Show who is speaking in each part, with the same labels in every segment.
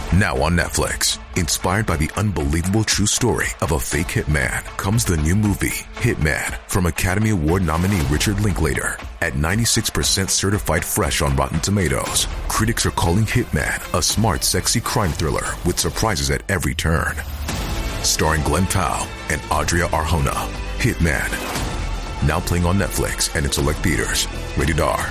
Speaker 1: Now on Netflix, inspired by the unbelievable true story of a fake hitman, comes the new movie, Hitman, from Academy Award nominee Richard Linklater. At 96% certified fresh on Rotten Tomatoes, critics are calling Hitman a smart, sexy crime thriller with surprises at every turn. Starring Glenn Powell and Adria Arjona, Hitman. Now playing on Netflix and in select theaters. Rated R.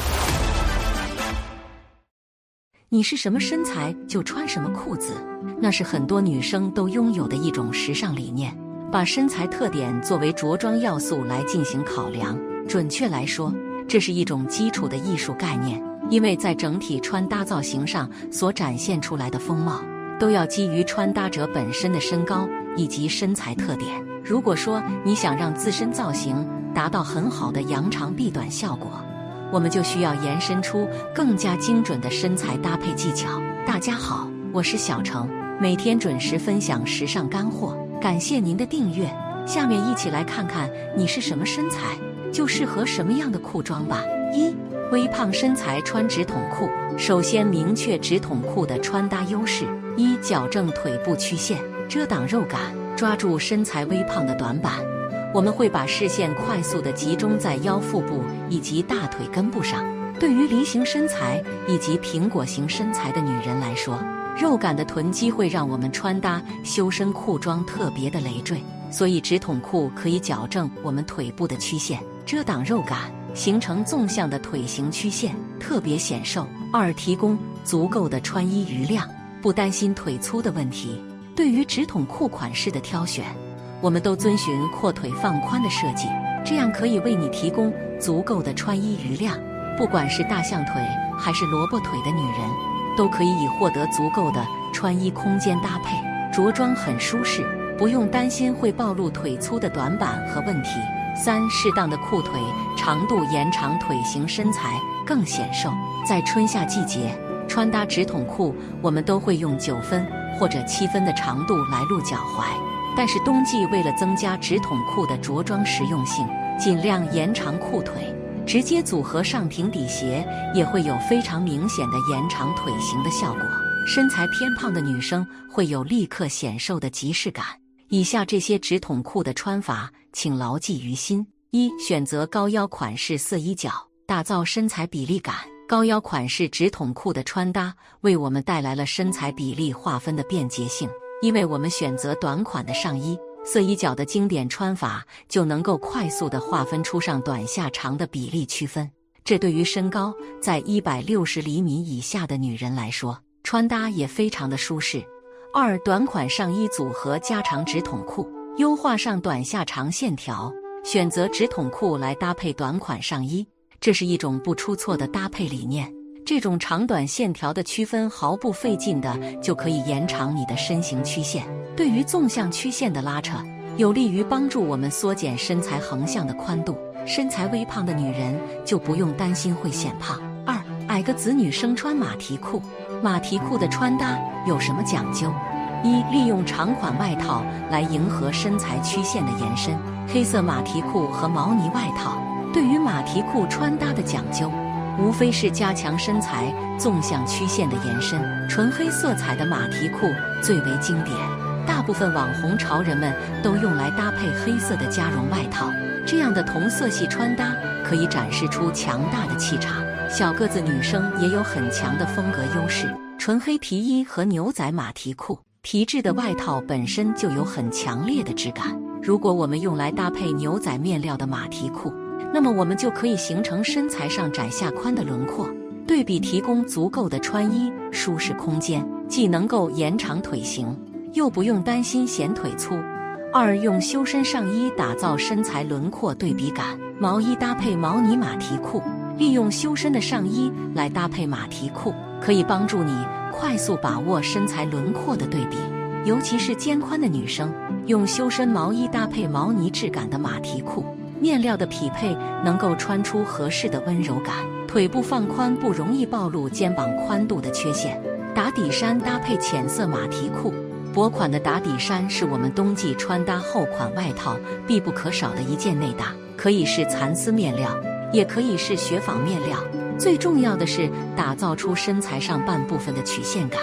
Speaker 2: 你是什么身材就穿什么裤子，那是很多女生都拥有的一种时尚理念，把身材特点作为着装要素来进行考量。准确来说，这是一种基础的艺术概念，因为在整体穿搭造型上所展现出来的风貌，都要基于穿搭者本身的身高以及身材特点。如果说你想让自身造型达到很好的扬长避短效果，我们就需要延伸出更加精准的身材搭配技巧。大家好，我是小程，每天准时分享时尚干货，感谢您的订阅。下面一起来看看你是什么身材，就适合什么样的裤装吧。1. 微胖身材穿直筒裤。首先明确直筒裤的穿搭优势： 1. 矫正腿部曲线，遮挡肉感，抓住身材微胖的短板。我们会把视线快速地集中在腰腹部以及大腿根部上。对于梨形身材以及苹果型身材的女人来说，肉感的臀肌会让我们穿搭修身裤装特别的累赘，所以直筒裤可以矫正我们腿部的曲线，遮挡肉感，形成纵向的腿型曲线，特别显瘦。2. 提供足够的穿衣余量，不担心腿粗的问题。对于直筒裤款式的挑选，我们都遵循阔腿放宽的设计，这样可以为你提供足够的穿衣余量。不管是大象腿还是萝卜腿的女人，都可以获得足够的穿衣空间搭配，着装很舒适，不用担心会暴露腿粗的短板和问题。3. 适当的裤腿长度延长腿型身材更显瘦。在春夏季节穿搭直筒裤，我们都会用9分或者7分的长度来露脚踝，但是冬季为了增加直筒裤的着装实用性，尽量延长裤腿，直接组合上平底鞋也会有非常明显的延长腿型的效果。身材偏胖的女生会有立刻显瘦的即视感。以下这些直筒裤的穿法请牢记于心。 1. 选择高腰款式色衣角，打造身材比例感。高腰款式直筒裤的穿搭为我们带来了身材比例划分的便捷性，因为我们选择短款的上衣，色衣角的经典穿法就能够快速地划分出上短下长的比例区分。这对于身高在160厘米以下的女人来说，穿搭也非常的舒适。2. 短款上衣组合加长直筒裤，优化上短下长线条。选择直筒裤来搭配短款上衣，这是一种不出错的搭配理念。这种长短线条的区分毫不费劲的就可以延长你的身形曲线，对于纵向曲线的拉扯，有利于帮助我们缩减身材横向的宽度。身材微胖的女人就不用担心会显胖。2. 矮个子女生穿马蹄裤。马蹄裤的穿搭有什么讲究？1. 利用长款外套来迎合身材曲线的延伸。黑色马蹄裤和毛呢外套。对于马蹄裤穿搭的讲究，无非是加强身材纵向曲线的延伸。纯黑色彩的马蹄裤最为经典，大部分网红潮人们都用来搭配黑色的加绒外套。这样的同色系穿搭可以展示出强大的气场，小个子女生也有很强的风格优势。纯黑皮衣和牛仔马蹄裤，皮质的外套本身就有很强烈的质感，如果我们用来搭配牛仔面料的马蹄裤，那么我们就可以形成身材上窄下宽的轮廓，对比提供足够的穿衣舒适空间，既能够延长腿型，又不用担心显腿粗。2. 用修身上衣打造身材轮廓对比感。毛衣搭配毛呢马蹄裤，利用修身的上衣来搭配马蹄裤，可以帮助你快速把握身材轮廓的对比。尤其是肩宽的女生，用修身毛衣搭配毛呢质感的马蹄裤，面料的匹配能够穿出合适的温柔感，腿部放宽不容易暴露肩膀宽度的缺陷。打底衫搭配浅色马蹄裤。薄款的打底衫是我们冬季穿搭厚款外套必不可少的一件内搭，可以是蚕丝面料，也可以是雪纺面料。最重要的是打造出身材上半部分的曲线感，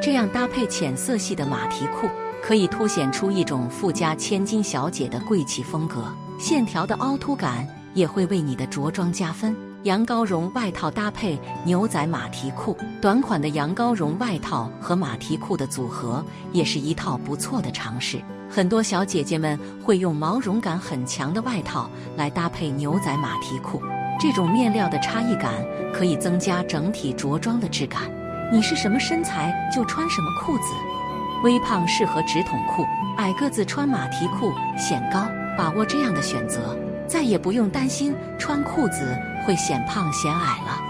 Speaker 2: 这样搭配浅色系的马蹄裤，可以凸显出一种富家千金小姐的贵气风格，线条的凹凸感也会为你的着装加分。羊羔绒外套搭配牛仔马蹄裤，短款的羊羔绒外套和马蹄裤的组合也是一套不错的尝试。很多小姐姐们会用毛绒感很强的外套来搭配牛仔马蹄裤，这种面料的差异感可以增加整体着装的质感。你是什么身材就穿什么裤子，微胖适合直筒裤，矮个子穿马蹄裤显高。把握这样的选择，再也不用担心穿裤子会显胖显矮了。